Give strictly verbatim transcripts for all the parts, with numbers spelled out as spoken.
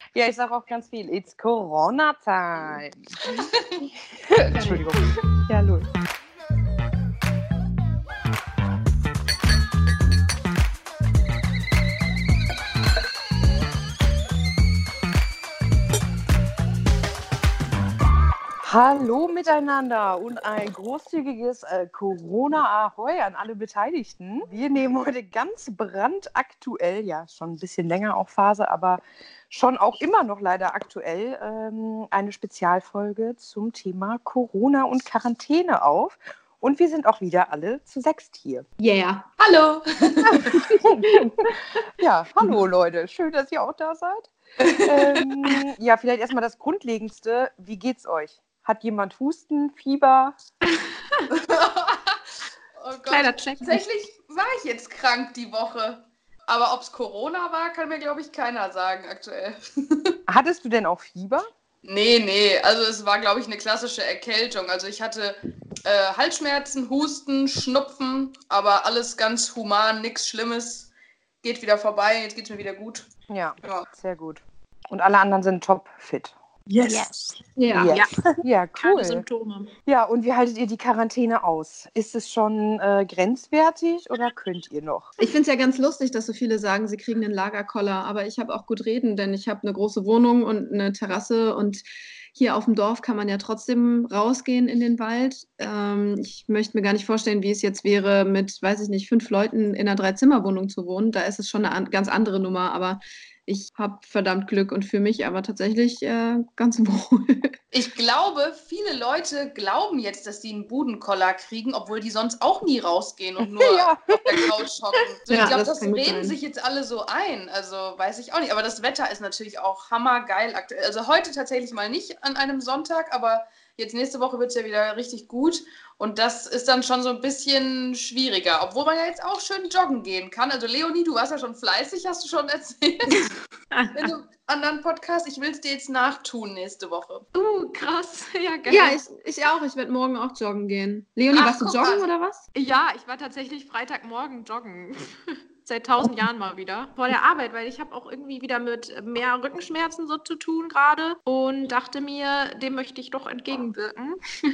Ja, ich sage auch ganz viel. It's Corona-Time. Entschuldigung. Ja, los. Hallo miteinander und ein großzügiges äh, Corona-Ahoi an alle Beteiligten. Wir nehmen heute ganz brandaktuell, ja schon ein bisschen länger auch Phase, aber schon auch immer noch leider aktuell, ähm, eine Spezialfolge zum Thema Corona und Quarantäne auf. Und wir sind auch wieder alle zu sechst hier. Yeah. Hallo. Ja, hallo Leute, schön, dass ihr auch da seid. ähm, ja, vielleicht erstmal das Grundlegendste. Wie geht's euch? Hat jemand Husten, Fieber? Oh Gott, Kleiner Check. tatsächlich war ich jetzt krank die Woche. Aber ob es Corona war, kann mir, glaube ich, keiner sagen aktuell. Hattest du denn auch Fieber? Nee, nee, also es war, glaube ich, eine klassische Erkältung. Also ich hatte äh, Halsschmerzen, Husten, Schnupfen, aber alles ganz human, nichts Schlimmes. Geht wieder vorbei, jetzt geht's mir wieder gut. Ja, Ja. sehr gut. Und alle anderen sind top fit. Yes. yes. Ja. Yes. ja. Ja, Keine cool. Symptome. Ja, und wie haltet ihr die Quarantäne aus? Ist es schon äh, grenzwertig oder könnt ihr noch? Ich finde es ja ganz lustig, dass so viele sagen, sie kriegen einen Lagerkoller, aber ich habe auch gut reden, denn ich habe eine große Wohnung und eine Terrasse und hier auf dem Dorf kann man ja trotzdem rausgehen in den Wald. Ähm, ich möchte mir gar nicht vorstellen, wie es jetzt wäre, mit, weiß ich nicht, fünf Leuten in einer Dreizimmerwohnung zu wohnen. Da ist es schon eine an- ganz andere Nummer, aber ich habe verdammt Glück und fühle mich aber tatsächlich äh, ganz wohl. Ich glaube, viele Leute glauben jetzt, dass sie einen Budenkoller kriegen, obwohl die sonst auch nie rausgehen und nur Ja. auf der Couch hocken. So, Ja, ich glaube, das das, kann gut reden sein. sich jetzt alle so ein. Also weiß ich auch nicht. Aber das Wetter ist natürlich auch hammergeil aktuell. Also heute tatsächlich mal nicht an einem Sonntag, aber jetzt nächste Woche wird es ja wieder richtig gut. Und das ist dann schon so ein bisschen schwieriger. Obwohl man ja jetzt auch schön joggen gehen kann. Also Leonie, du warst ja schon fleißig, hast du schon erzählt. In einem anderen Podcast. Ich will es dir jetzt nachtun nächste Woche. Uh, krass. Ja, geil. Ja, ich, ich auch. Ich werde morgen auch joggen gehen. Leonie, Ach, warst du guck joggen an. oder was? Ja, ich war tatsächlich Freitagmorgen joggen. Seit tausend Jahren mal wieder. Vor der Arbeit, weil ich habe auch irgendwie wieder mit mehr Rückenschmerzen so zu tun gerade und dachte mir, dem möchte ich doch entgegenwirken.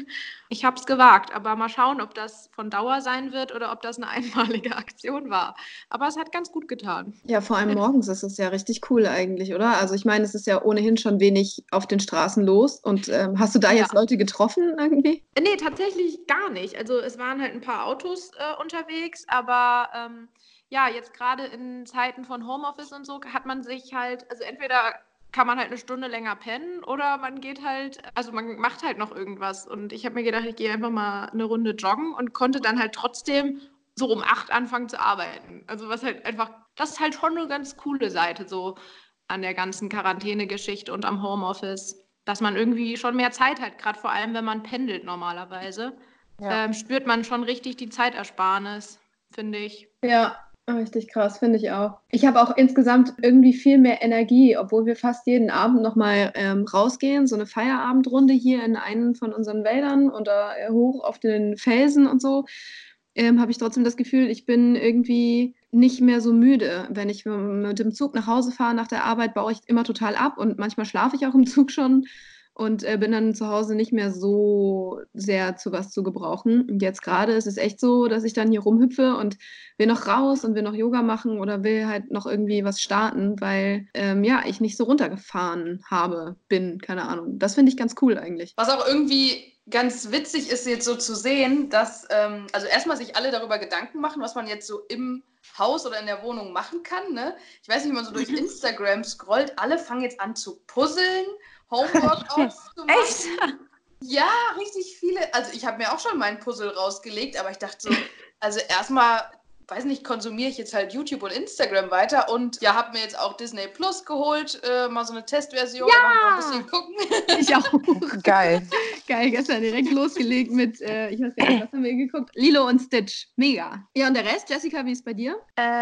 Ich habe es gewagt, aber mal schauen, ob das von Dauer sein wird oder ob das eine einmalige Aktion war. Aber es hat ganz gut getan. Ja, vor allem morgens ist es ja richtig cool eigentlich, oder? Also ich meine, es ist ja ohnehin schon wenig auf den Straßen los. Und ähm, hast du da Ja. jetzt Leute getroffen irgendwie? Nee, tatsächlich gar nicht. Also es waren halt ein paar Autos äh, unterwegs, aber ähm, ja, jetzt gerade in Zeiten von Homeoffice und so hat man sich halt, also entweder kann man halt eine Stunde länger pennen oder man geht halt, also man macht halt noch irgendwas. Und ich habe mir gedacht, ich gehe einfach mal eine Runde joggen und konnte dann halt trotzdem so um acht anfangen zu arbeiten. Also was halt einfach, das ist halt schon eine ganz coole Seite so an der ganzen Quarantäne-Geschichte und am Homeoffice, dass man irgendwie schon mehr Zeit hat, gerade vor allem, wenn man pendelt normalerweise, Ja. ähm, spürt man schon richtig die Zeitersparnis, finde ich. Ja, richtig krass, finde ich auch. Ich habe auch insgesamt irgendwie viel mehr Energie, obwohl wir fast jeden Abend nochmal ähm, rausgehen, so eine Feierabendrunde hier in einen von unseren Wäldern oder äh, hoch auf den Felsen und so. Ähm, habe ich trotzdem das Gefühl, ich bin irgendwie nicht mehr so müde. Wenn ich mit dem Zug nach Hause fahre nach der Arbeit, baue ich immer total ab und manchmal schlafe ich auch im Zug schon und äh, bin dann zu Hause nicht mehr so sehr zu was zu gebrauchen. Und jetzt gerade ist es echt so, dass ich dann hier rumhüpfe und will noch raus und will noch Yoga machen oder will halt noch irgendwie was starten, weil ähm, ja, ich nicht so runtergefahren habe, bin, keine Ahnung. Das finde ich ganz cool eigentlich. Was auch irgendwie ganz witzig ist, jetzt so zu sehen, dass, ähm, also erstmal sich alle darüber Gedanken machen, was man jetzt so im Haus oder in der Wohnung machen kann. Ne? Ich weiß nicht, wie man so durch Instagram scrollt. Alle fangen jetzt an zu puzzeln, Homeworkouts zu machen. Echt? Ja, richtig viele. Also ich habe mir auch schon meinen Puzzle rausgelegt, aber ich dachte so, also erstmal, weiß nicht, konsumiere ich jetzt halt YouTube und Instagram weiter und ja, habe mir jetzt auch Disney Plus geholt, äh, mal so eine Testversion, Ja! da mal ein bisschen gucken. Ich auch. Geil. Geil, gestern direkt losgelegt mit, äh, ich weiß gar nicht, was haben wir geguckt? Lilo und Stitch. Mega. Ja, und der Rest, Jessica, wie ist es bei dir?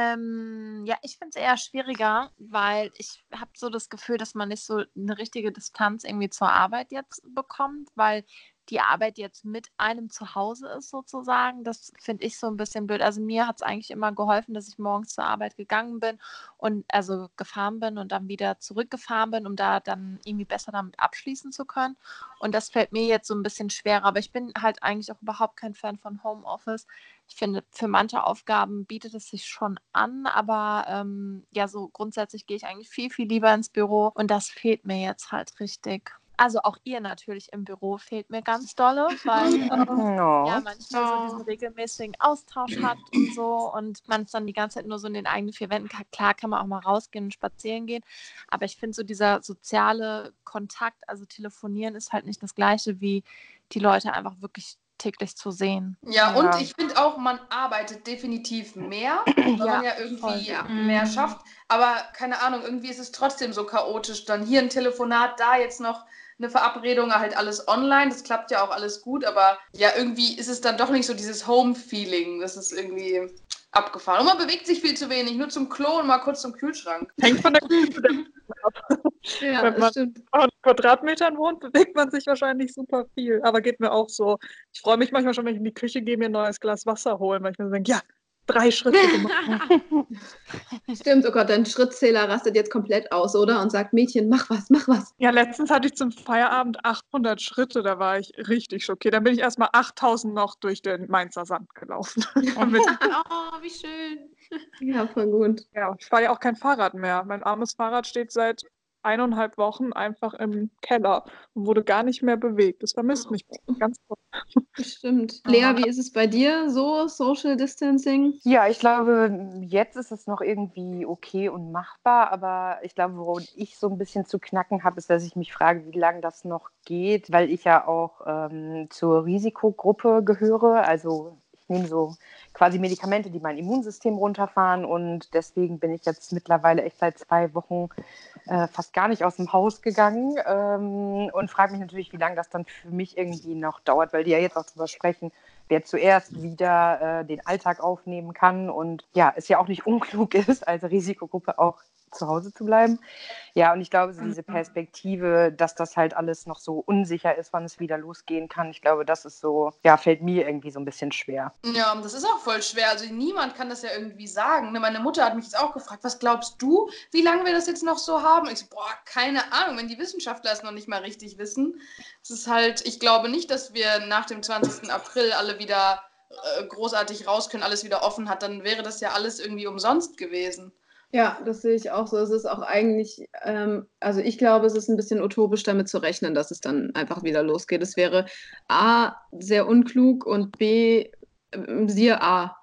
Ähm, ja, ich finde es eher schwieriger, weil ich habe so das Gefühl, dass man nicht so eine richtige Distanz irgendwie zur Arbeit jetzt bekommt, weil die Arbeit jetzt mit einem zu Hause ist sozusagen. Das finde ich so ein bisschen blöd. Also mir hat es eigentlich immer geholfen, dass ich morgens zur Arbeit gegangen bin und also gefahren bin und dann wieder zurückgefahren bin, um da dann irgendwie besser damit abschließen zu können. Und das fällt mir jetzt so ein bisschen schwerer. Aber ich bin halt eigentlich auch überhaupt kein Fan von Homeoffice. Ich finde, für manche Aufgaben bietet es sich schon an, aber ähm, ja, so grundsätzlich gehe ich eigentlich viel, viel lieber ins Büro und das fehlt mir jetzt halt richtig. Also auch ihr natürlich im Büro fehlt mir ganz dolle, weil ähm, No. ja, manchmal so diesen regelmäßigen Austausch hat und so und man ist dann die ganze Zeit nur so in den eigenen vier Wänden. Klar kann man auch mal rausgehen und spazieren gehen, aber ich finde so dieser soziale Kontakt, also telefonieren ist halt nicht das Gleiche wie die Leute einfach wirklich täglich zu sehen. Ja, Ja. und ich finde auch, man arbeitet definitiv mehr, weil Ja, man ja voll. irgendwie Ja. mehr schafft. Aber keine Ahnung, irgendwie ist es trotzdem so chaotisch. Dann hier ein Telefonat, da jetzt noch eine Verabredung, halt alles online. Das klappt ja auch alles gut, aber ja, irgendwie ist es dann doch nicht so dieses Home-Feeling. Das ist irgendwie abgefahren. Und man bewegt sich viel zu wenig, nur zum Klo und mal kurz zum Kühlschrank. Hängt von der Größe ab. Ja, Wenn das man stimmt. auf Quadratmetern wohnt, bewegt man sich wahrscheinlich super viel. Aber geht mir auch so. Ich freue mich manchmal schon, wenn ich in die Küche gehe, mir ein neues Glas Wasser holen, weil ich mir so denke, ja, drei Schritte gemacht. Stimmt, oh Gott, dein Schrittzähler rastet jetzt komplett aus, oder? Und sagt, Mädchen, mach was, mach was. Ja, letztens hatte ich zum Feierabend achthundert Schritte, da war ich richtig schockiert. Dann bin ich erstmal achttausend noch durch den Mainzer Sand gelaufen. Damit, Oh, wie schön. Ja, voll gut. ja, ich fahre ja auch kein Fahrrad mehr. Mein armes Fahrrad steht seit eineinhalb Wochen einfach im Keller und wurde gar nicht mehr bewegt. Das vermisst mich ganz toll. Stimmt. Lea, wie ist es bei dir so, Social Distancing? Ja, ich glaube, jetzt ist es noch irgendwie okay und machbar, aber ich glaube, woran ich so ein bisschen zu knacken habe, ist, dass ich mich frage, wie lange das noch geht, weil ich ja auch ähm, zur Risikogruppe gehöre. Also ich nehme so quasi Medikamente, die mein Immunsystem runterfahren und deswegen bin ich jetzt mittlerweile echt seit zwei Wochen äh, fast gar nicht aus dem Haus gegangen ähm, und frage mich natürlich, wie lange das dann für mich irgendwie noch dauert, weil die ja jetzt auch drüber sprechen, wer zuerst wieder äh, den Alltag aufnehmen kann und ja, es ja auch nicht unklug ist, als Risikogruppe auch zu Hause zu bleiben. Ja, und ich glaube, so diese Perspektive, dass das halt alles noch so unsicher ist, wann es wieder losgehen kann, ich glaube, das ist so, ja, fällt mir irgendwie so ein bisschen schwer. Ja, das ist auch voll schwer. Also niemand kann das ja irgendwie sagen. Ne, meine Mutter hat mich jetzt auch gefragt, was glaubst du, wie lange wir das jetzt noch so haben? Ich so, boah, keine Ahnung, wenn die Wissenschaftler es noch nicht mal richtig wissen. Es ist halt, ich glaube nicht, dass wir nach dem zwanzigsten April alle wieder äh, großartig raus können, alles wieder offen hat. Dann wäre das ja alles irgendwie umsonst gewesen. Ja, das sehe ich auch so. Es ist auch eigentlich, ähm, also ich glaube, es ist ein bisschen utopisch damit zu rechnen, dass es dann einfach wieder losgeht. Es wäre A, sehr unklug und B, ähm, siehe A.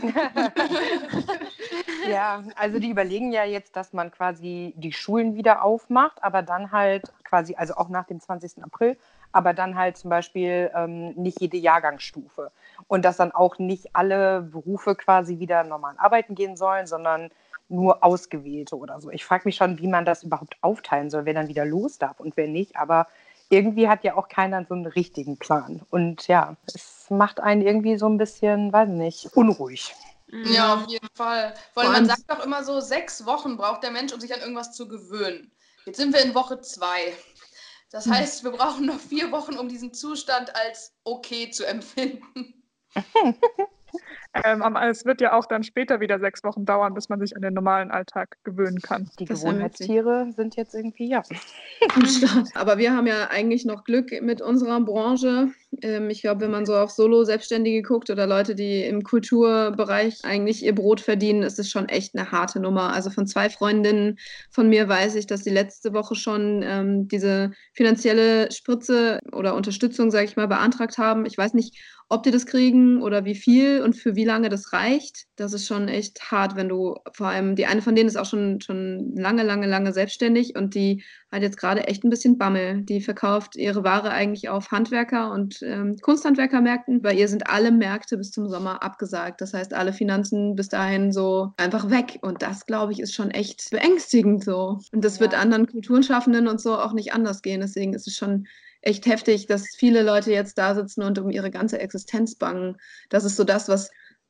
Ja, also die überlegen ja jetzt, dass man quasi die Schulen wieder aufmacht, aber dann halt quasi, also auch nach dem zwanzigsten April, aber dann halt zum Beispiel ähm, nicht jede Jahrgangsstufe. Und dass dann auch nicht alle Berufe quasi wieder normal arbeiten gehen sollen, sondern nur Ausgewählte oder so. Ich frage mich schon, wie man das überhaupt aufteilen soll, wer dann wieder los darf und wer nicht. Aber irgendwie hat ja auch keiner so einen richtigen Plan. Und ja, es macht einen irgendwie so ein bisschen, weiß nicht, unruhig. Ja, auf jeden Fall. Vor allem, Vor man allem- sagt doch immer so, sechs Wochen braucht der Mensch, um sich an irgendwas zu gewöhnen. Jetzt sind wir in Woche zwei. Das heißt, wir brauchen noch vier Wochen, um diesen Zustand als okay zu empfinden. Ähm, aber es wird ja auch dann später wieder sechs Wochen dauern, bis man sich an den normalen Alltag gewöhnen kann. Die Das wär Gewohnheitstiere sind jetzt irgendwie, ja. am Start. Aber wir haben ja eigentlich noch Glück mit unserer Branche. Ähm, ich glaube, wenn man so auf Solo-Selbstständige guckt oder Leute, die im Kulturbereich eigentlich ihr Brot verdienen, ist es schon echt eine harte Nummer. Also von zwei Freundinnen von mir weiß ich, dass die letzte Woche schon ähm, diese finanzielle Spritze oder Unterstützung, sage ich mal, beantragt haben. Ich weiß nicht, ob die das kriegen oder wie viel und für wie lange das reicht. Das ist schon echt hart, wenn du vor allem, die eine von denen ist auch schon, schon lange, lange, lange selbstständig und die hat jetzt gerade echt ein bisschen Bammel. Die verkauft ihre Ware eigentlich auf Handwerker- und ähm, Kunsthandwerkermärkten. Bei ihr sind alle Märkte bis zum Sommer abgesagt. Das heißt, alle Finanzen bis dahin so einfach weg. Und das, glaube ich, ist schon echt beängstigend so. Und das Ja. wird anderen Kulturschaffenden und so auch nicht anders gehen. Deswegen ist es schon echt heftig, dass viele Leute jetzt da sitzen und um ihre ganze Existenz bangen. Das ist so das, was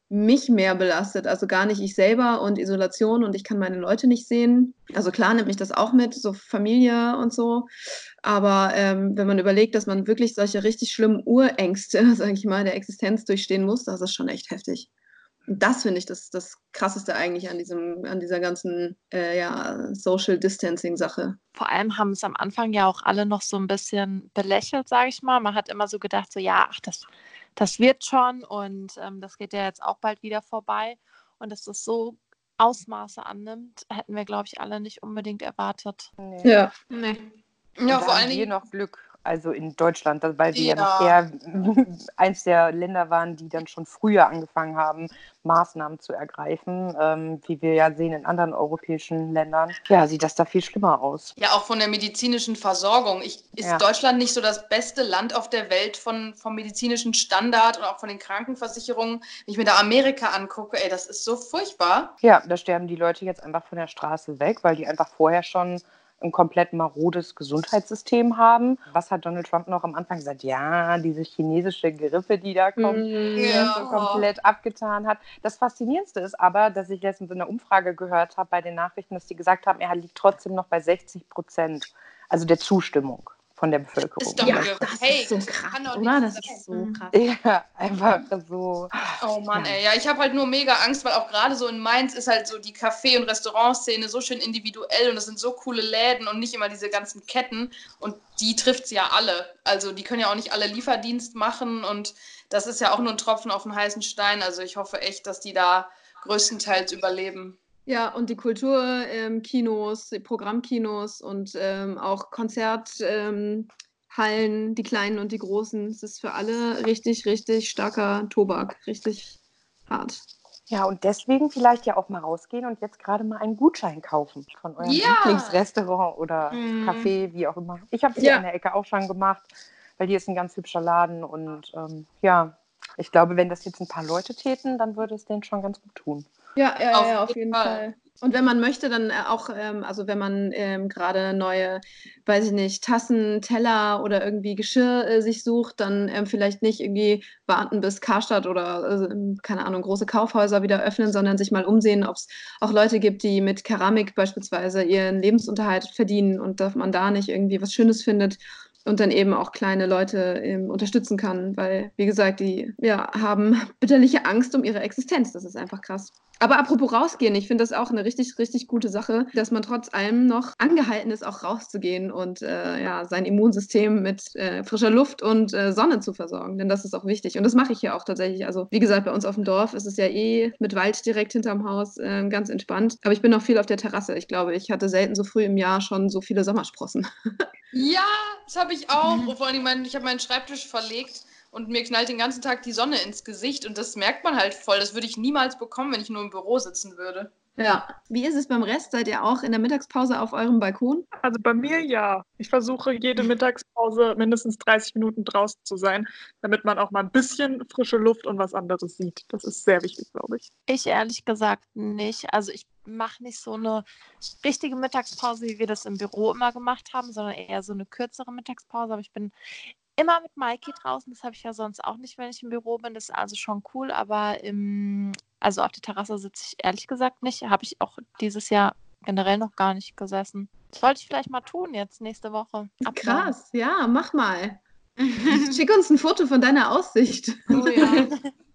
mich mehr belastet. Also gar nicht ich selber und Isolation und ich kann meine Leute nicht sehen. Also klar nimmt mich das auch mit, so Familie und so. Aber ähm, wenn man überlegt, dass man wirklich solche richtig schlimmen Urängste, sage ich mal, der Existenz durchstehen muss, das ist schon echt heftig. Und das finde ich das, das Krasseste eigentlich an diesem, an dieser ganzen äh, ja, Social Distancing-Sache. Vor allem haben es am Anfang ja auch alle noch so ein bisschen belächelt, sage ich mal. Man hat immer so gedacht, so ja, ach, das, das wird schon und ähm, das geht ja jetzt auch bald wieder vorbei. Und dass das so Ausmaße annimmt, hätten wir, glaube ich, alle nicht unbedingt erwartet. Nee. Ja. Nee. Und Ja, da vor haben allen wir Dingen. noch Glück, also in Deutschland, da- weil wir ja, noch Ja. eher eins der Länder waren, die dann schon früher angefangen haben, Maßnahmen zu ergreifen. Ähm, wie wir ja sehen in anderen europäischen Ländern, ja, sieht das da viel schlimmer aus. Ja, auch von der medizinischen Versorgung. Ich, ist Ja. Deutschland nicht so das beste Land auf der Welt von, vom medizinischen Standard und auch von den Krankenversicherungen? Wenn ich mir da Amerika angucke, ey, das ist so furchtbar. Ja, da sterben die Leute jetzt einfach von der Straße weg, weil die einfach vorher schon ein komplett marodes Gesundheitssystem haben. Was hat Donald Trump noch am Anfang gesagt? Ja, diese chinesische Grippe, die da kommt, die Ja. das so komplett abgetan hat. Das Faszinierendste ist aber, dass ich letztens in einer Umfrage gehört habe bei den Nachrichten, dass die gesagt haben, er liegt trotzdem noch bei sechzig Prozent, also der Zustimmung von der Bevölkerung. Ist doch Ja, gefaked. das ist so krass, Kann doch oder? nicht Das sein. ist so Mhm. krass. Ja, einfach so. Oh Mann, Ja. ey. Ja, ich habe halt nur mega Angst, weil auch gerade so in Mainz ist halt so die Café- und Restaurantszene so schön individuell und es sind so coole Läden und nicht immer diese ganzen Ketten und die trifft sie ja alle. Also die können ja auch nicht alle Lieferdienst machen und das ist ja auch nur ein Tropfen auf den heißen Stein. Also ich hoffe echt, dass die da größtenteils überleben. Ja, und die Kulturkinos, ähm, Kinos, die Programmkinos und ähm, auch Konzerthallen, ähm, Hallen, die kleinen und die großen. Es ist für alle richtig, richtig starker Tobak, richtig hart. Ja, und deswegen vielleicht ja auch mal rausgehen und jetzt gerade mal einen Gutschein kaufen von eurem Ja. Lieblingsrestaurant oder Mhm. Café, wie auch immer. Ich habe es hier Ja. an der Ecke auch schon gemacht, weil hier ist ein ganz hübscher Laden und ähm, ja, ich glaube, wenn das jetzt ein paar Leute täten, dann würde es denen schon ganz gut tun. Ja, ja, Auf ja, ja, auf jeden jeden Fall. Fall. Und wenn man möchte, dann äh, auch, ähm, also wenn man ähm, gerade neue, weiß ich nicht, Tassen, Teller oder irgendwie Geschirr äh, sich sucht, dann ähm, vielleicht nicht irgendwie warten, bis Karstadt oder, äh, keine Ahnung, große Kaufhäuser wieder öffnen, sondern sich mal umsehen, ob es auch Leute gibt, die mit Keramik beispielsweise ihren Lebensunterhalt verdienen und dass man da nicht irgendwie was Schönes findet und dann eben auch kleine Leute ähm, unterstützen kann, weil, wie gesagt, die ja, haben bitterliche Angst um ihre Existenz. Das ist einfach krass. Aber apropos rausgehen, ich finde das auch eine richtig, richtig gute Sache, dass man trotz allem noch angehalten ist, auch rauszugehen und äh, ja, sein Immunsystem mit äh, frischer Luft und äh, Sonne zu versorgen. Denn das ist auch wichtig. Und das mache ich hier auch tatsächlich. Also, wie gesagt, bei uns auf dem Dorf ist es ja eh mit Wald direkt hinterm Haus äh, ganz entspannt. Aber ich bin noch viel auf der Terrasse. Ich glaube, ich hatte selten so früh im Jahr schon so viele Sommersprossen. Ja, das habe ich auch. Und vor allem, mein, ich habe meinen Schreibtisch verlegt und mir knallt den ganzen Tag die Sonne ins Gesicht und das merkt man halt voll. Das würde ich niemals bekommen, wenn ich nur im Büro sitzen würde. Ja. Wie ist es beim Rest? Seid ihr auch in der Mittagspause auf eurem Balkon? Also bei mir ja. Ich versuche jede Mittagspause mindestens dreißig Minuten draußen zu sein, damit man auch mal ein bisschen frische Luft und was anderes sieht. Das ist sehr wichtig, glaube ich. Ich ehrlich gesagt nicht. Also ich mache nicht so eine richtige Mittagspause, wie wir das im Büro immer gemacht haben, sondern eher so eine kürzere Mittagspause. Aber ich bin immer mit Maiki draußen. Das habe ich ja sonst auch nicht, wenn ich im Büro bin. Das ist also schon cool. Aber im, also auf der Terrasse sitze ich ehrlich gesagt nicht. Habe ich auch dieses Jahr generell noch gar nicht gesessen. Das sollte ich vielleicht mal tun jetzt nächste Woche. Ab Krass, ja, mach mal. Schick uns ein Foto von deiner Aussicht. morgen. Oh ja.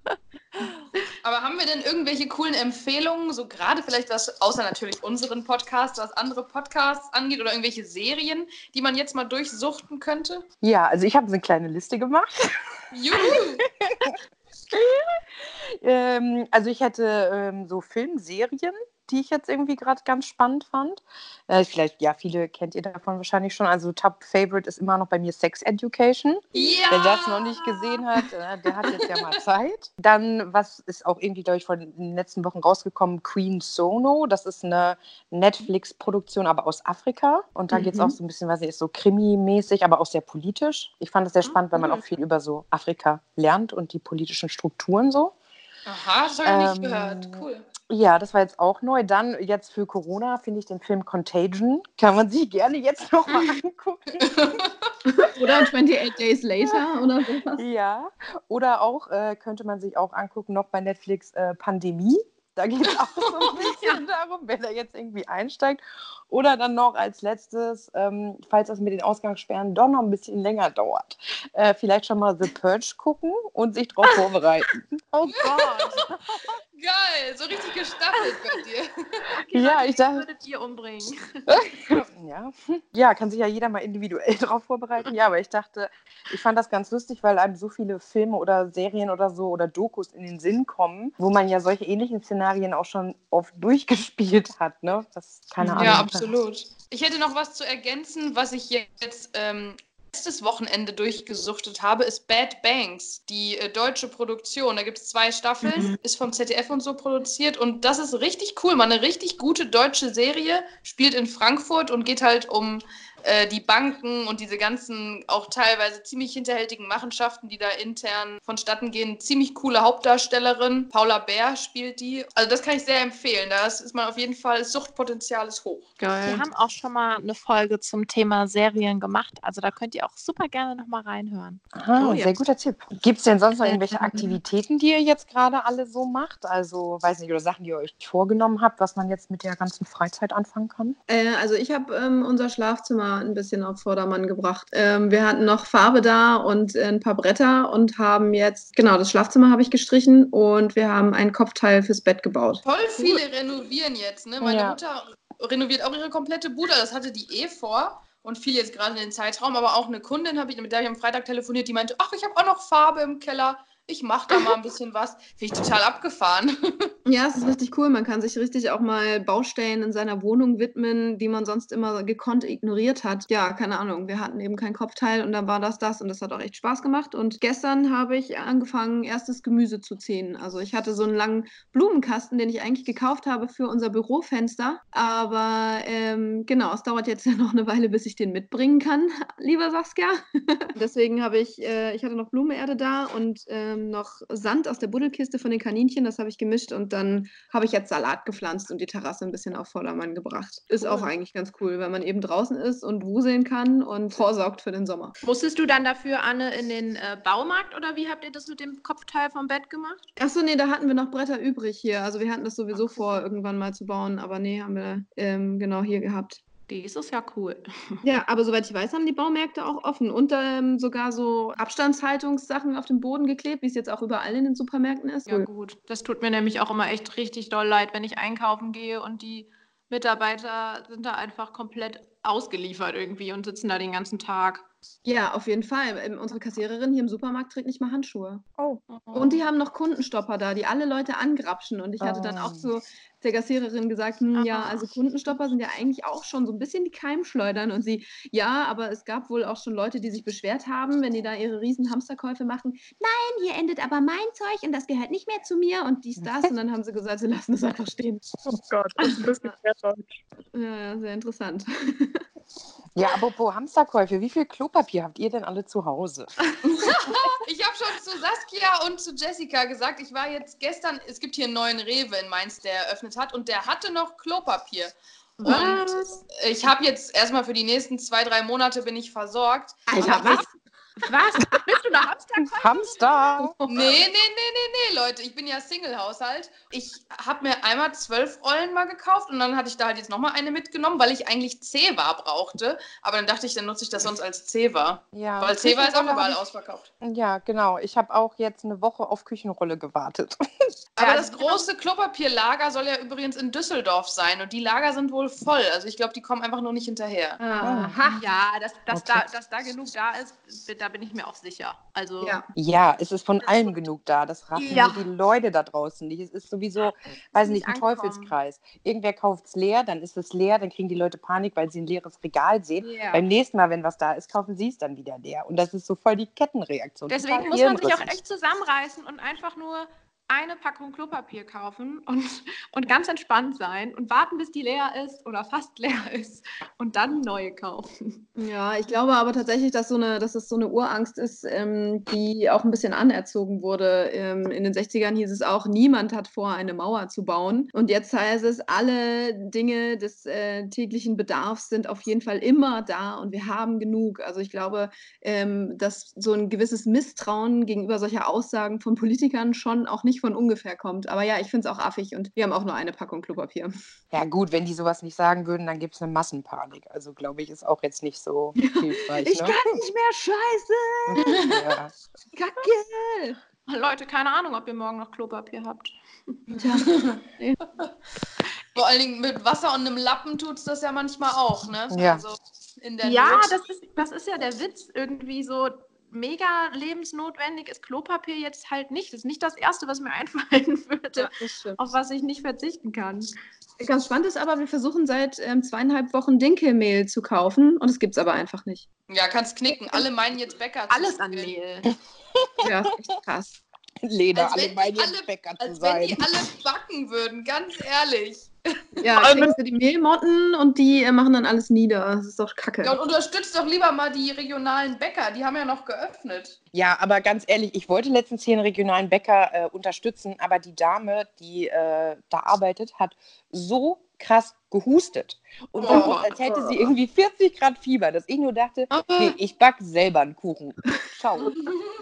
Aber haben wir denn irgendwelche coolen Empfehlungen, so gerade vielleicht was, außer natürlich unseren Podcast, was andere Podcasts angeht oder irgendwelche Serien, die man jetzt mal durchsuchten könnte? Ja, also ich habe so eine kleine Liste gemacht. Juhu! ähm, also ich hätte ähm, so Filmserien, die ich jetzt irgendwie gerade ganz spannend fand. Äh, vielleicht, ja, viele kennt ihr davon wahrscheinlich schon. Also Top Favorite ist immer noch bei mir Sex Education. Ja! Wer das noch nicht gesehen hat, äh, der hat jetzt ja mal Zeit. Dann, was ist auch irgendwie, glaube ich, vor den letzten Wochen rausgekommen, Queen Sono. Das ist eine Netflix-Produktion, aber aus Afrika. Und da geht es Mhm. auch so ein bisschen, was ist so Krimi-mäßig, aber auch sehr politisch. Ich fand das sehr spannend, weil man auch viel über so Afrika lernt und die politischen Strukturen so. Aha, das habe ich noch nicht Ähm, gehört. Cool. Ja, das war jetzt auch neu. Dann jetzt für Corona finde ich den Film Contagion. Kann man sich gerne jetzt noch mal angucken. Oder achtundachtzig Days Later oder sowas. Ja, oder auch, äh, könnte man sich auch angucken, noch bei Netflix äh, Pandemie. Da geht es auch so ein bisschen darum, wenn er jetzt irgendwie einsteigt. Oder dann noch als letztes, ähm, falls das mit den Ausgangssperren doch noch ein bisschen länger dauert, äh, vielleicht schon mal The Purge gucken und sich darauf vorbereiten. Oh Gott. Geil, so richtig gestaffelt bei dir. Okay, Ja, Leute, ich wen dachte- würdet ihr umbringen? Ja. ja, kann sich ja jeder mal individuell darauf vorbereiten. Ja, aber ich dachte, ich fand das ganz lustig, weil einem so viele Filme oder Serien oder so oder Dokus in den Sinn kommen, wo man ja solche ähnlichen Szenarien auch schon oft durchgespielt hat, ne? Das keine Ahnung. Ja, absolut. Ich hätte noch was zu ergänzen, was ich jetzt ähm, letztes Wochenende durchgesuchtet habe, ist Bad Banks, die äh, deutsche Produktion. Da gibt es zwei Staffeln, ist vom Z D F und so produziert und das ist richtig cool. Mal eine richtig gute deutsche Serie, spielt in Frankfurt und geht halt um äh, die Banken und diese ganzen auch teilweise ziemlich hinterhältigen Machenschaften, die da intern vonstatten gehen. Ziemlich coole Hauptdarstellerin, Paula Bär spielt die. Also das kann ich sehr empfehlen. Das ist man auf jeden Fall, das Suchtpotenzial ist hoch. Wir haben auch schon mal eine Folge zum Thema Serien gemacht. Also da könnt ihr auch super gerne noch mal reinhören. Aha, Oh ja. sehr guter Tipp. Gibt es denn sonst noch irgendwelche Ähm. Aktivitäten, die ihr jetzt gerade alle so macht? Also, weiß nicht, oder Sachen, die ihr euch vorgenommen habt, was man jetzt mit der ganzen Freizeit anfangen kann? Äh, also ich habe ähm, unser Schlafzimmer ein bisschen auf Vordermann gebracht. Ähm, wir hatten noch Farbe da und äh, ein paar Bretter und haben jetzt, genau, das Schlafzimmer habe ich gestrichen und wir haben ein Kopfteil fürs Bett gebaut. Voll viele renovieren jetzt, ne? Meine Ja. Mutter renoviert auch ihre komplette Bude, das hatte die eh vor und fiel jetzt gerade in den Zeitraum, aber auch eine Kundin, hab ich, mit der ich am Freitag telefoniert, die meinte, ach, ich habe auch noch Farbe im Keller, ich mache da mal ein bisschen was. Finde ich total abgefahren. Ja, es ist richtig cool. Man kann sich richtig auch mal Baustellen in seiner Wohnung widmen, die man sonst immer gekonnt ignoriert hat. Ja, keine Ahnung. Wir hatten eben kein Kopfteil und dann war das das und das hat auch echt Spaß gemacht. Und gestern habe ich angefangen, erstes Gemüse zu ziehen. Also ich hatte so einen langen Blumenkasten, den ich eigentlich gekauft habe für unser Bürofenster. Aber ähm, genau, es dauert jetzt ja noch eine Weile, bis ich den mitbringen kann, lieber Saskia. Deswegen habe ich, äh, ich hatte noch Blumenerde da und ähm, noch Sand aus der Buddelkiste von den Kaninchen. Das habe ich gemischt und dann habe ich jetzt Salat gepflanzt und die Terrasse ein bisschen auf Vordermann gebracht. Ist auch eigentlich ganz cool, wenn man eben draußen ist und wuseln kann und vorsorgt für den Sommer. Musstest du dann dafür, Anne, in den äh, Baumarkt oder wie habt ihr das mit dem Kopfteil vom Bett gemacht? Achso, nee, da hatten wir noch Bretter übrig hier. Also wir hatten das sowieso vor, irgendwann mal zu bauen, aber nee, haben wir ähm, genau hier gehabt. Das ist ja cool. Ja, aber soweit ich weiß, haben die Baumärkte auch offen und ähm, sogar so Abstandshaltungssachen auf den Boden geklebt, wie es jetzt auch überall in den Supermärkten ist. Ja, gut. Das tut mir nämlich auch immer echt richtig doll leid, wenn ich einkaufen gehe und die Mitarbeiter sind da einfach komplett ausgeliefert irgendwie und sitzen da den ganzen Tag. Ja, auf jeden Fall. Ähm, Unsere Kassiererin hier im Supermarkt trägt nicht mal Handschuhe. Oh, Und die haben noch Kundenstopper da, die alle Leute angrapschen. Und ich hatte dann auch Oh. zu der Kassiererin gesagt, hm, ja, Ah. also Kundenstopper sind ja eigentlich auch schon so ein bisschen die Keimschleudern. Und sie, ja, aber es gab wohl auch schon Leute, die sich beschwert haben, wenn die da ihre riesen Hamsterkäufe machen. Nein, hier endet aber mein Zeug und das gehört nicht mehr zu mir und dies, das. Und dann haben sie gesagt, sie lassen es einfach stehen. oh Gott, das ist ein bisschen sehr deutsch. Ja, ja, sehr interessant. Ja, apropos Hamsterkäufe, wie viel Klopapier habt ihr denn alle zu Hause? Ich habe schon zu Saskia und zu Jessica gesagt, ich war jetzt gestern, es gibt hier einen neuen Rewe in Mainz, der eröffnet hat und der hatte noch Klopapier. Und ich habe jetzt erstmal für die nächsten zwei, drei Monate bin ich versorgt. Alter, was? Was? Bist du eine Hamsterkäuferin? Hamster! Nee, nee, nee, nee, nee, Leute, ich bin ja Single-Haushalt. Ich habe mir einmal zwölf Rollen mal gekauft und dann hatte ich da halt jetzt nochmal eine mitgenommen, weil ich eigentlich Zewa brauchte. Aber dann dachte ich, dann nutze ich das sonst als Zewa. Ja, Weil Zewa ist auch Küchenrolle überall hab ausverkauft. ich- Ja, genau. Ich habe auch jetzt eine Woche auf Küchenrolle gewartet. Aber Ja, das große Klopapierlager soll ja übrigens in Düsseldorf sein und die Lager sind wohl voll. Also ich glaube, die kommen einfach nur nicht hinterher. Aha. Ja, dass, dass, Okay. da, dass da genug da ist, da bin ich mir auch sicher. Also, Ja. Ja, es ist von allem genug da. Das raffen Ja. nur die Leute da draußen nicht. Es ist sowieso, weiß nicht, ein nicht ankommen. Teufelskreis. Irgendwer kauft es leer, dann ist es leer, dann kriegen die Leute Panik, weil sie ein leeres Regal sehen. Ja. Beim nächsten Mal, wenn was da ist, kaufen sie es dann wieder leer. Und das ist so voll die Kettenreaktion. deswegen Total muss man sich auch hirnrissig. echt zusammenreißen und einfach nur eine Packung Klopapier kaufen und, und ganz entspannt sein und warten, bis die leer ist oder fast leer ist und dann neue kaufen. Ja, ich glaube aber tatsächlich, dass, so eine, dass es so eine Urangst ist, ähm, die auch ein bisschen anerzogen wurde. Ähm, in den sechzigern hieß es auch, niemand hat vor, eine Mauer zu bauen. Und jetzt heißt es, alle Dinge des äh, täglichen Bedarfs sind auf jeden Fall immer da und wir haben genug. Also ich glaube, ähm, dass so ein gewisses Misstrauen gegenüber solcher Aussagen von Politikern schon auch nicht von ungefähr kommt. Aber ja, ich finde es auch affig und wir haben auch nur eine Packung Klopapier. Ja gut, wenn die sowas nicht sagen würden, dann gibt es eine Massenpanik. Also glaube ich, ist auch jetzt nicht so hilfreich. Ich ne? kann nicht mehr scheiße! Ja. Kacke! Leute, keine Ahnung, ob ihr morgen noch Klopapier habt. Tja, nee. Vor allen Dingen mit Wasser und einem Lappen tut es das ja manchmal auch, ne? Ja. Also in der Ja, Not. das ist, das ist ja der Witz. Irgendwie so mega lebensnotwendig ist Klopapier jetzt halt nicht. Das ist nicht das Erste, was mir einfallen würde, Ja, das stimmt. auf was ich nicht verzichten kann. Ganz spannend ist aber, wir versuchen seit ähm, zweieinhalb Wochen Dinkelmehl zu kaufen und es gibt es aber einfach nicht. Ja, kannst knicken. Alle meinen jetzt Bäcker zu Alles an spielen. Mehl. Ja, ist echt krass. Lena, Als alle wenn meinen die alle- Bäcker zu Als wenn sein. die alle backen würden, ganz ehrlich. Ja, kriegst du die Mehlmotten und die äh, machen dann alles nieder. Das ist doch kacke. Ja, und unterstützt doch lieber mal die regionalen Bäcker, die haben ja noch geöffnet. Ja, aber ganz ehrlich, ich wollte letztens hier einen regionalen Bäcker äh, unterstützen, aber die Dame, die äh, da arbeitet, hat so krass gehustet. Und sah Oh. aus, als hätte sie irgendwie vierzig Grad Fieber, dass ich nur dachte, nee, ich backe selber einen Kuchen. Ciao.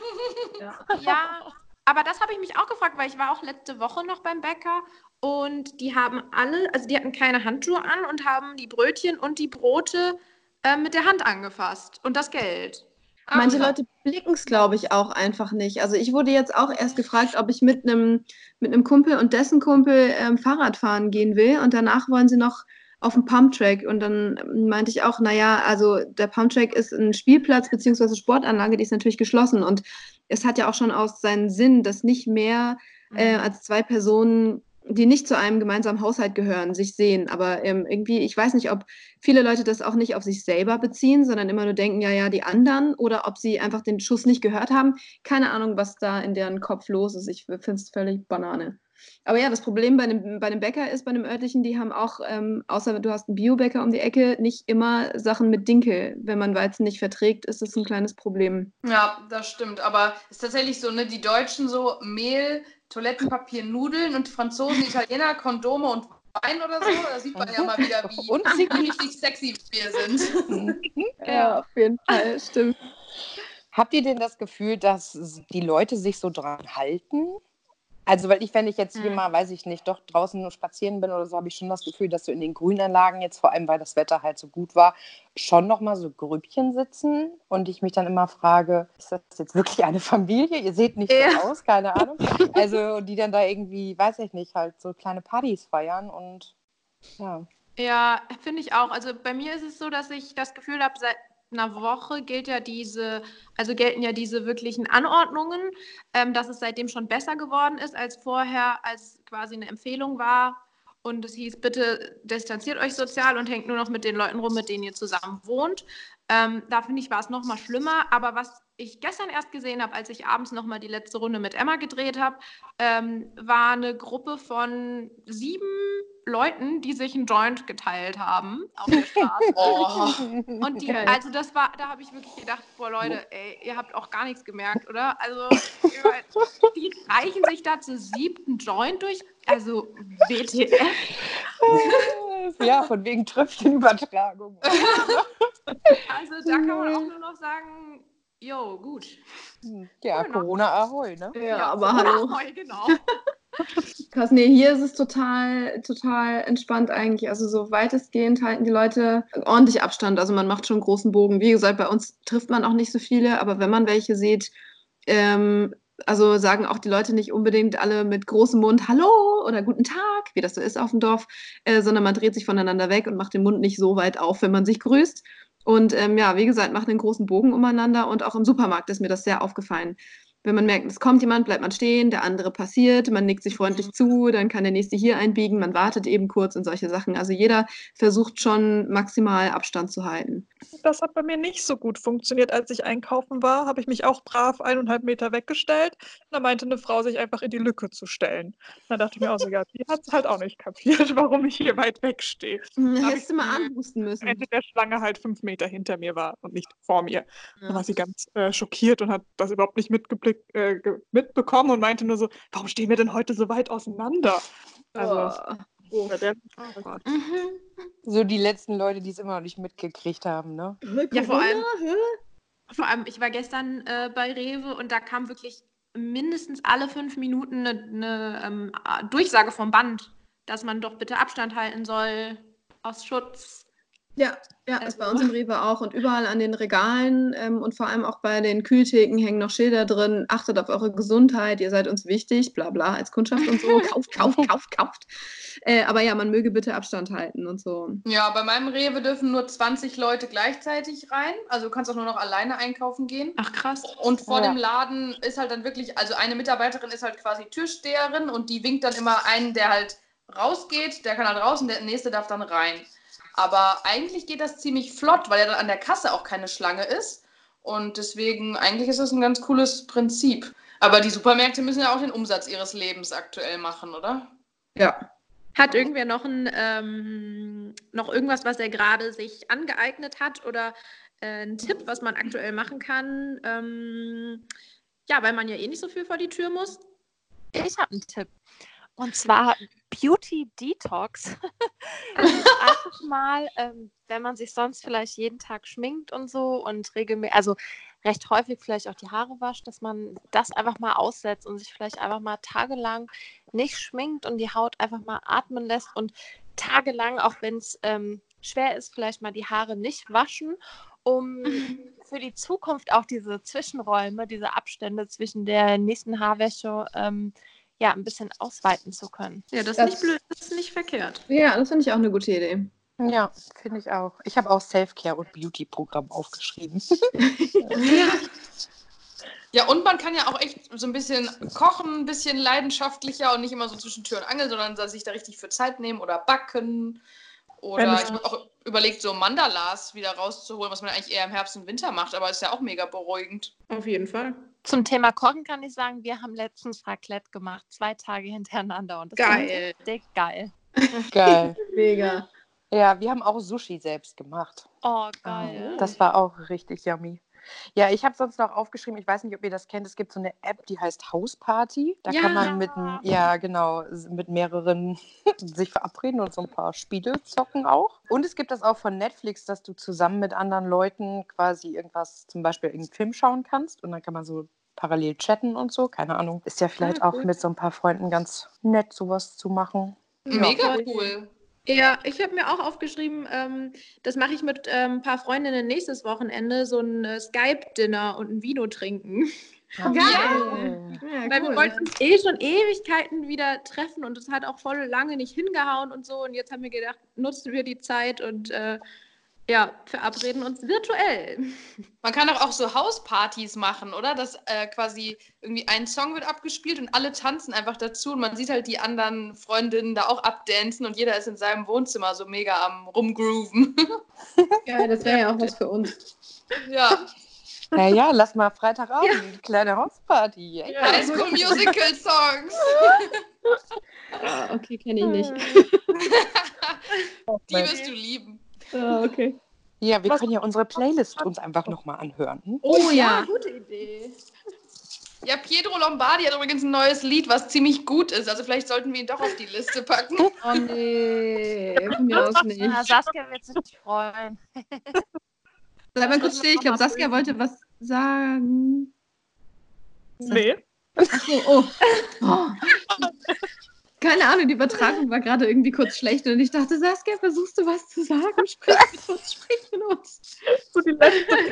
Ja, aber das habe ich mich auch gefragt, weil ich war auch letzte Woche noch beim Bäcker und die haben alle, also die hatten keine Handschuhe an und haben die Brötchen und die Brote äh, mit der Hand angefasst und das Geld. Manche Ach, Leute blicken es, glaube ich, auch einfach nicht. Also ich wurde jetzt auch erst gefragt, ob ich mit einem mit einem Kumpel und dessen Kumpel ähm, Fahrrad fahren gehen will und danach wollen sie noch auf den Pumptrack und dann meinte ich auch, naja, also der Pumptrack ist ein Spielplatz bzw. Sportanlage, die ist natürlich geschlossen und es hat ja auch schon aus seinen Sinn, dass nicht mehr äh, als zwei Personen, die nicht zu einem gemeinsamen Haushalt gehören, sich sehen. Aber ähm, irgendwie, ich weiß nicht, ob viele Leute das auch nicht auf sich selber beziehen, sondern immer nur denken, ja, ja, die anderen oder ob sie einfach den Schuss nicht gehört haben. Keine Ahnung, was da in deren Kopf los ist. Ich finde es völlig Banane. Aber ja, das Problem bei dem, bei dem Bäcker ist, bei dem örtlichen, die haben auch, ähm, außer du hast einen Biobäcker um die Ecke, nicht immer Sachen mit Dinkel. Wenn man Weizen nicht verträgt, ist das ein kleines Problem. ja, das stimmt. Aber es ist tatsächlich so, ne, die Deutschen so Mehl, Toilettenpapier, Nudeln und die Franzosen, Italiener, Kondome und Wein oder so. Da sieht man ja mal wieder, wie, Und wie richtig sexy wir sind. Ja, auf jeden Fall, stimmt. Habt ihr denn das Gefühl, dass die Leute sich so dran halten? Also, weil ich, wenn ich jetzt hier Hm. mal, weiß ich nicht, doch draußen nur spazieren bin oder so, habe ich schon das Gefühl, dass so in den Grünanlagen jetzt, vor allem weil das Wetter halt so gut war, schon nochmal so Grüppchen sitzen und ich mich dann immer frage, ist das jetzt wirklich eine Familie? Ihr seht nicht so Ja. aus, keine Ahnung. Also, die dann da irgendwie, weiß ich nicht, halt so kleine Partys feiern und ja. Ja, finde ich auch. Also bei mir ist es so, dass ich das Gefühl habe, seit einer Woche gilt ja diese, also gelten ja diese wirklichen Anordnungen, ähm, dass es seitdem schon besser geworden ist als vorher, als quasi eine Empfehlung war. Und es hieß, bitte distanziert euch sozial und hängt nur noch mit den Leuten rum, mit denen ihr zusammen wohnt. Ähm, da finde ich, war es noch mal schlimmer. Aber was ich gestern erst gesehen habe, als ich abends noch mal die letzte Runde mit Emma gedreht habe, ähm, war eine Gruppe von sieben Leuten, die sich einen Joint geteilt haben auf der Straße. Oh. Und die, Geil. also das war, da habe ich wirklich gedacht, boah Leute, ey, ihr habt auch gar nichts gemerkt, oder? Also die reichen sich da zu siebten Joint durch. Also W T F. Ja, von wegen Tröpfchenübertragung. Also da kann man auch nur noch sagen, jo, gut. Ja, Genau. Corona Ahoi, ne? Ja, aber hallo. Ahoi, genau. Krass, nee, hier ist es total, total entspannt eigentlich. Also so weitestgehend halten die Leute ordentlich Abstand. Also man macht schon einen großen Bogen. Wie gesagt, bei uns trifft man auch nicht so viele, aber wenn man welche sieht, ähm, also sagen auch die Leute nicht unbedingt alle mit großem Mund Hallo oder Guten Tag, wie das so ist auf dem Dorf, äh, sondern man dreht sich voneinander weg und macht den Mund nicht so weit auf, wenn man sich grüßt. Und ähm, ja, wie gesagt, macht einen großen Bogen umeinander und auch im Supermarkt ist mir das sehr aufgefallen. Wenn man merkt, es kommt jemand, bleibt man stehen, der andere passiert, man nickt sich freundlich zu, dann kann der nächste hier einbiegen, man wartet eben kurz und solche Sachen. Also jeder versucht schon maximal Abstand zu halten. Das hat bei mir nicht so gut funktioniert. Als ich einkaufen war, habe ich mich auch brav eineinhalb Meter weggestellt. Da meinte eine Frau, sich einfach in die Lücke zu stellen. Da dachte ich mir auch so, ja, die hat es halt auch nicht kapiert, warum ich hier weit weg stehe. Hm, Da hab Hättest du mal anhusten Am müssen. Ende der Schlange halt fünf Meter hinter mir war und nicht vor mir. Da Ja. war sie ganz äh, schockiert und hat das überhaupt nicht mitgeblickt, äh, ge- mitbekommen und meinte nur so, warum stehen wir denn heute so weit auseinander? Also, Oh. bei der, Oh Gott. Mhm. So die letzten Leute, die es immer noch nicht mitgekriegt haben, ne? Ja, vor allem- Hä? Vor allem, ich war gestern äh, bei Rewe und da kam wirklich mindestens alle fünf Minuten eine, eine ähm, Durchsage vom Band, dass man doch bitte Abstand halten soll aus Schutz. Ja, ja, ist Also- bei uns im Rewe auch. Und überall an den Regalen ähm, und vor allem auch bei den Kühltheken hängen noch Schilder drin. Achtet auf eure Gesundheit, ihr seid uns wichtig, bla bla, als Kundschaft und so. Kauft, kauft, kauft, kauft. Äh, aber ja, man möge bitte Abstand halten und so. Ja, bei meinem Rewe dürfen nur zwanzig Leute gleichzeitig rein. Also du kannst auch nur noch alleine einkaufen gehen. Ach krass. Und vor Ja. dem Laden ist halt dann wirklich, also eine Mitarbeiterin ist halt quasi Türsteherin und die winkt dann immer einen, der halt rausgeht, der kann halt raus und der nächste darf dann rein. Aber eigentlich geht das ziemlich flott, weil ja dann an der Kasse auch keine Schlange ist. Und deswegen, eigentlich ist das ein ganz cooles Prinzip. Aber die Supermärkte müssen ja auch den Umsatz ihres Lebens aktuell machen, oder? Ja. Hat irgendwer noch, ein, ähm, noch irgendwas, was er gerade sich angeeignet hat oder äh, einen Tipp, was man aktuell machen kann? Ähm, ja, weil man ja eh nicht so viel vor die Tür muss. Ich habe einen Tipp. Und zwar Beauty Detox. Einfach mal, ähm, wenn man sich sonst vielleicht jeden Tag schminkt und so und regelmäßig, also recht häufig vielleicht auch die Haare wascht, dass man das einfach mal aussetzt und sich vielleicht einfach mal tagelang nicht schminkt und die Haut einfach mal atmen lässt und tagelang, auch wenn es ähm, schwer ist, vielleicht mal die Haare nicht waschen, um für die Zukunft auch diese Zwischenräume, diese Abstände zwischen der nächsten Haarwäsche ähm, ja, ein bisschen ausweiten zu können. Ja, das ist Das- nicht blöd, das ist nicht verkehrt. Ja, das finde ich auch eine gute Idee. Ja, finde ich auch. Ich habe auch Self-Care- und Beauty-Programm aufgeschrieben. Ja, und man kann ja auch echt so ein bisschen kochen, ein bisschen leidenschaftlicher und nicht immer so zwischen Tür und Angel, sondern sich da richtig für Zeit nehmen oder backen. Oder Wenn ich es- habe auch überlegt, so Mandalas wieder rauszuholen, was man eigentlich eher im Herbst und Winter macht, aber ist ja auch mega beruhigend. Auf jeden Fall. Zum Thema Kochen kann ich sagen, wir haben letztens Raclette gemacht, zwei Tage hintereinander und das Geil. war richtig geil. Geil. Mega. Ja, wir haben auch Sushi selbst gemacht. Oh, geil. Das war auch richtig yummy. Ja, ich habe sonst noch aufgeschrieben, ich weiß nicht, ob ihr das kennt, es gibt so eine App, die heißt Hausparty. Da Ja. kann man mit, m- ja genau, s- mit mehreren sich verabreden und so ein paar Spiele zocken auch. Und es gibt das auch von Netflix, dass du zusammen mit anderen Leuten quasi irgendwas, zum Beispiel irgendeinen Film schauen kannst und dann kann man so parallel chatten und so, keine Ahnung. Ist ja vielleicht Ah, auch cool. mit so ein paar Freunden ganz nett, sowas zu machen. Mega voll. cool. Ja, ich habe mir auch aufgeschrieben, ähm, das mache ich mit ähm, ein paar Freundinnen nächstes Wochenende, so ein äh, Skype-Dinner und ein Vino trinken. Ja. Geil. Ja, Weil wir cool. wollten uns eh schon Ewigkeiten wieder treffen und es hat auch voll lange nicht hingehauen und so. Und jetzt haben wir gedacht, nutzen wir die Zeit und äh, ja, verabreden uns virtuell. Man kann doch auch so Hauspartys machen, oder? Dass äh, quasi irgendwie ein Song wird abgespielt und alle tanzen einfach dazu und man sieht halt die anderen Freundinnen da auch abdancen und jeder ist in seinem Wohnzimmer so mega am rumgrooven. Ja, das wäre ja auch was für uns. Ja, Ja, ja, lass mal Freitagabend, eine kleine Hausparty. Ey. High School Musical Songs. Ah, okay, kenne ich nicht. Die wirst du lieben. Ah, okay. Ja, wir Was- können ja unsere Playlist uns einfach nochmal anhören. Hm? Oh ja. Gute Idee. Ja, Pietro Lombardi hat übrigens ein neues Lied, was ziemlich gut ist. Also vielleicht sollten wir ihn doch auf die Liste packen. Oh nee, von mir aus nicht. Ja, Saskia wird sich freuen. Bleib mal kurz still, ich glaube, Saskia wollte was sagen. Nee. Achso, oh. oh. Keine Ahnung, die Übertragung war gerade irgendwie kurz schlecht und ich dachte, Saskia, versuchst du was zu sagen? Sprich mit uns, sprich mit uns. So die letzte.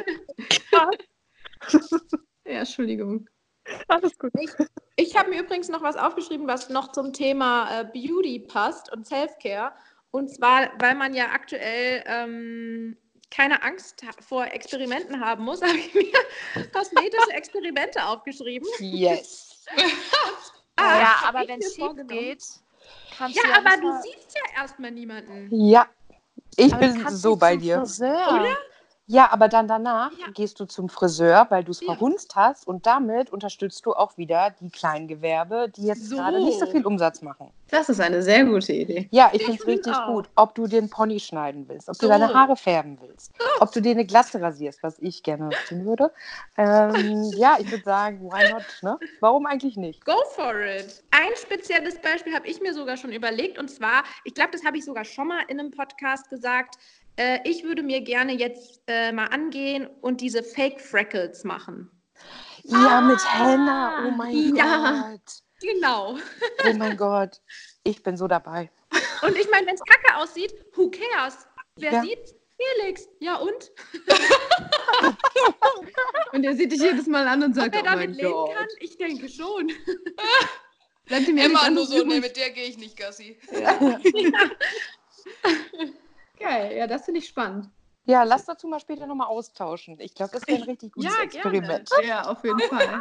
Ja, Entschuldigung. Alles gut. Ich habe mir übrigens noch was aufgeschrieben, was noch zum Thema äh, Beauty passt und Self-Care. Und zwar, weil man ja aktuell ähm, keine Angst ha- vor Experimenten haben muss, habe ich mir kosmetische Experimente aufgeschrieben. Yes. Ah, ja, hab aber ich wenn mir es schief vorgenommen. geht, kannst Ja, du aber du erstmal- siehst ja erstmal niemanden. Ja, ich aber du bin kannst so nicht bei zum dir. Friseur. Oder? Ja, aber dann danach Ja. gehst du zum Friseur, weil du es Ja. verhunzt hast und damit unterstützt du auch wieder die Kleingewerbe, die jetzt gerade nicht so So. viel Umsatz machen. Das ist eine sehr gute Idee. Ja, ich Ich finde es find richtig auch. gut. Ob du dir einen Pony schneiden willst, ob So. du deine Haare färben willst, ob du dir eine Glatze rasierst, was ich gerne tun würde. Ähm, ja, ich würde sagen, why not? Ne? Warum eigentlich nicht? Go for it. Ein spezielles Beispiel habe ich mir sogar schon überlegt. Und zwar, ich glaube, das habe ich sogar schon mal in einem Podcast gesagt. Äh, ich würde mir gerne jetzt äh, mal angehen und diese Fake Freckles machen. Ja, mit Ah, Henna. Oh mein ja. Gott. Genau. Oh mein Gott. Ich bin so dabei. Und ich meine, wenn es kacke aussieht, who cares? Wer Ja. sieht's? Felix. Ja und? Und er sieht dich jedes Mal an und Ob sagt, er oh mein damit leben Gott. kann? Ich denke schon. Bleibt ihm ja Immer nichts nur anderes so, nee, übrig. mit der gehe ich nicht, Gassi. Ja. Geil, ja, das finde ich spannend. Ja, lass dazu mal später nochmal austauschen. Ich glaube, das wäre ein richtig gutes Ja, Experiment. Ja, auf jeden Fall.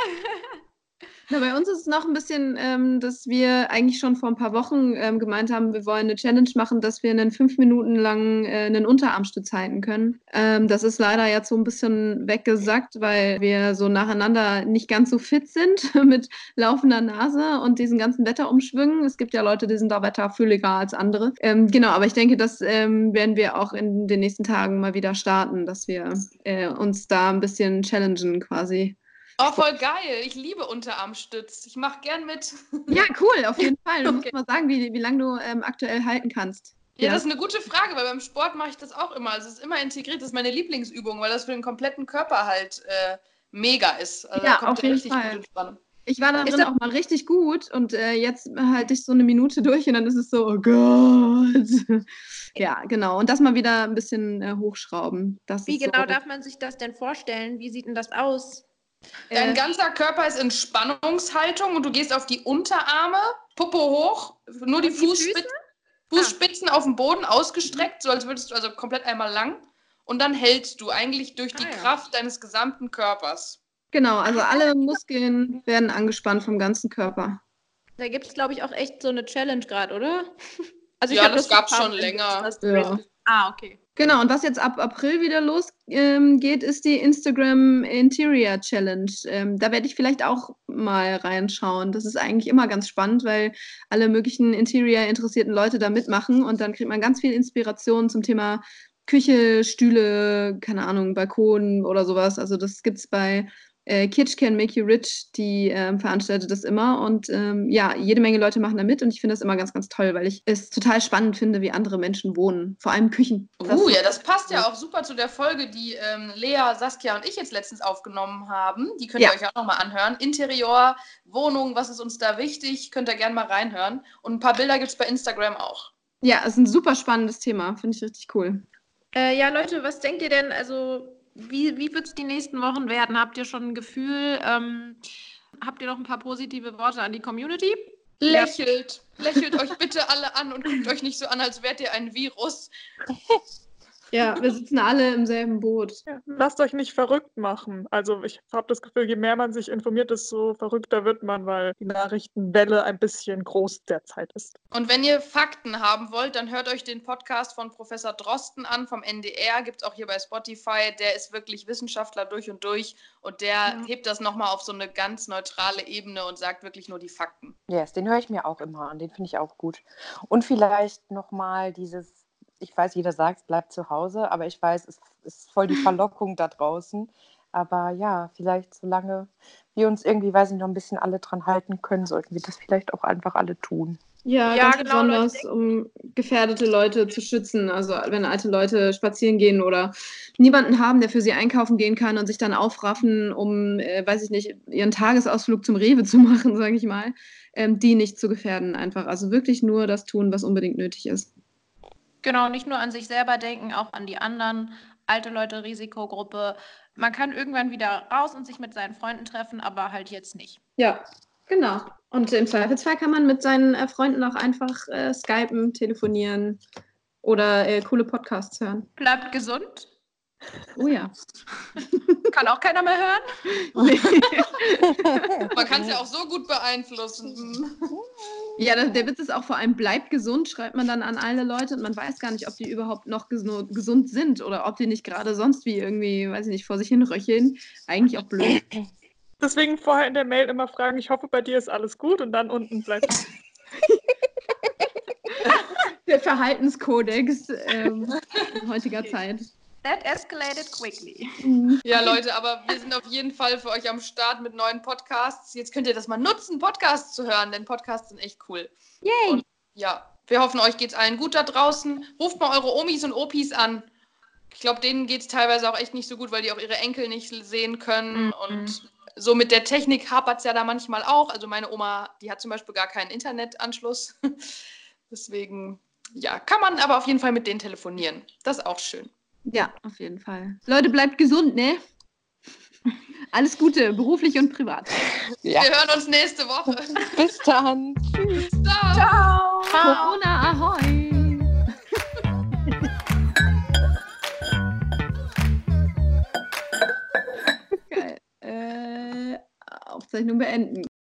Na, bei uns ist es noch ein bisschen, ähm, dass wir eigentlich schon vor ein paar Wochen ähm, gemeint haben, wir wollen eine Challenge machen, dass wir einen fünf Minuten lang äh, einen Unterarmstütz halten können. Ähm, das ist leider jetzt so ein bisschen weggesackt, weil wir so nacheinander nicht ganz so fit sind mit laufender Nase und diesen ganzen Wetterumschwüngen. Es gibt ja Leute, die sind da wetterfühliger als andere. Ähm, genau, aber ich denke, das ähm, werden wir auch in den nächsten Tagen mal wieder starten, dass wir äh, uns da ein bisschen challengen quasi. Oh, voll geil. Ich liebe Unterarmstütz. Ich mache gern mit. Ja, cool, auf jeden Fall. Du Okay. musst mal sagen, wie, wie lange du ähm, aktuell halten kannst. Ja, das ist eine gute Frage, weil beim Sport mache ich das auch immer. Also es ist immer integriert, das ist meine Lieblingsübung, weil das für den kompletten Körper halt äh, mega ist. Also Ja, da kommt auf jeden richtig Fall. gut Entspannung. Ich war da Ist drin das- auch mal richtig gut und äh, jetzt halte ich so eine Minute durch und dann ist es so, oh Gott. Ja, genau. Und das mal wieder ein bisschen äh, hochschrauben. Das Wie ist genau so, darf man sich das denn vorstellen? Wie sieht denn das aus? Dein äh, ganzer Körper ist in Spannungshaltung und du gehst auf die Unterarme, Popo hoch, nur die, Und die Fußspit Fußspitzen auf dem Boden ausgestreckt, so als würdest du also komplett einmal lang. Und dann hältst du eigentlich durch die Ah, ja. Kraft deines gesamten Körpers. genau, also alle Muskeln werden angespannt vom ganzen Körper. Da gibt es, glaube ich, auch echt so eine Challenge gerade, oder? Also Ja, hab das vor gab's ein paar schon Wochen länger. das Ja. Ah, okay. Genau, und was jetzt ab April wieder losgeht, ähm, geht, ist die Instagram Interior Challenge. Ähm, da werde ich vielleicht auch mal reinschauen. Das ist eigentlich immer ganz spannend, weil alle möglichen Interior-interessierten Leute da mitmachen und dann kriegt man ganz viel Inspiration zum Thema Küche, Stühle, keine Ahnung, Balkon oder sowas. Also das gibt's bei äh, Kitsch Can Make You Rich, die ähm, veranstaltet das immer. Und ähm, ja, jede Menge Leute machen da mit und ich finde das immer ganz, ganz toll, weil ich es total spannend finde, wie andere Menschen wohnen. Vor allem Küchen. Uh, ja, das passt ja auch super zu der Folge, die ähm, Lea, Saskia und ich jetzt letztens aufgenommen haben. Die könnt Ja. ihr euch auch nochmal anhören. Interior, Wohnung, was ist uns da wichtig? Könnt ihr gerne mal reinhören. Und ein paar Bilder gibt es bei Instagram auch. Ja, es ist ein super spannendes Thema. Finde ich richtig cool. Äh, ja, Leute, was denkt ihr denn? Also, wie, wie wird es die nächsten Wochen werden? Habt ihr schon ein Gefühl? Ähm, habt ihr noch ein paar positive Worte an die Community? Lächelt. Lächelt euch bitte alle an und guckt euch nicht so an, als wärt ihr ein Virus. Ja, wir sitzen alle im selben Boot. Ja, lasst euch nicht verrückt machen. Also ich habe das Gefühl, je mehr man sich informiert, desto verrückter wird man, weil die Nachrichtenwelle ein bisschen groß derzeit ist. Und wenn ihr Fakten haben wollt, dann hört euch den Podcast von Professor Drosten an vom N D R. Gibt es auch hier bei Spotify. Der ist wirklich Wissenschaftler durch und durch und der Ja. hebt das nochmal auf so eine ganz neutrale Ebene und sagt wirklich nur die Fakten. Yes, den höre ich mir auch immer an. Den finde ich auch gut. Und vielleicht nochmal dieses, ich weiß, jeder sagt, bleibt zu Hause, aber ich weiß, es ist voll die Verlockung da draußen. Aber ja, vielleicht solange wir uns irgendwie, weiß ich, noch ein bisschen alle dran halten können, sollten wir das vielleicht auch einfach alle tun. Ja, Ja, ganz genau, Leute, besonders, um gefährdete Leute zu schützen. Also wenn alte Leute spazieren gehen oder niemanden haben, der für sie einkaufen gehen kann und sich dann aufraffen, um, äh, weiß ich nicht, ihren Tagesausflug zum Rewe zu machen, sage ich mal, ähm, die nicht zu gefährden einfach. Also wirklich nur das tun, was unbedingt nötig ist. Genau, nicht nur an sich selber denken, auch an die anderen. Alte Leute, Risikogruppe. Man kann irgendwann wieder raus und sich mit seinen Freunden treffen, aber halt jetzt nicht. Ja, genau. Und im Zweifelsfall kann man mit seinen äh, Freunden auch einfach äh, skypen, telefonieren oder äh, coole Podcasts hören. Bleibt gesund. Oh ja. Kann auch keiner mehr hören. Man kann es ja auch so gut beeinflussen. Ja, der, der Witz ist auch vor allem, bleibt gesund, schreibt man dann an alle Leute und man weiß gar nicht, ob die überhaupt noch ges- gesund sind oder ob die nicht gerade sonst wie irgendwie, weiß ich nicht, vor sich hin röcheln. Eigentlich auch blöd. Deswegen vorher in der Mail immer fragen, ich hoffe, bei dir ist alles gut und dann unten bleibt. Der Verhaltenskodex ähm, in heutiger Zeit. That escalated quickly. Ja, Leute, aber wir sind auf jeden Fall für euch am Start mit neuen Podcasts. Jetzt könnt ihr das mal nutzen, Podcasts zu hören, denn Podcasts sind echt cool. Yay! Und ja, wir hoffen, euch geht's allen gut da draußen. Ruft mal eure Omis und Opis an. Ich glaube, denen geht's teilweise auch echt nicht so gut, weil die auch ihre Enkel nicht sehen können. Mhm. Und so mit der Technik hapert's ja da manchmal auch. Also meine Oma, die hat zum Beispiel gar keinen Internetanschluss. Deswegen, ja, kann man aber auf jeden Fall mit denen telefonieren. Das ist auch schön. Ja, auf jeden Fall. Leute, bleibt gesund, ne? Alles Gute, beruflich und privat. Ja. Wir hören uns nächste Woche. Bis dann. Tschüss. Ciao. Corona, ahoi! Geil. Äh, Aufzeichnung beenden.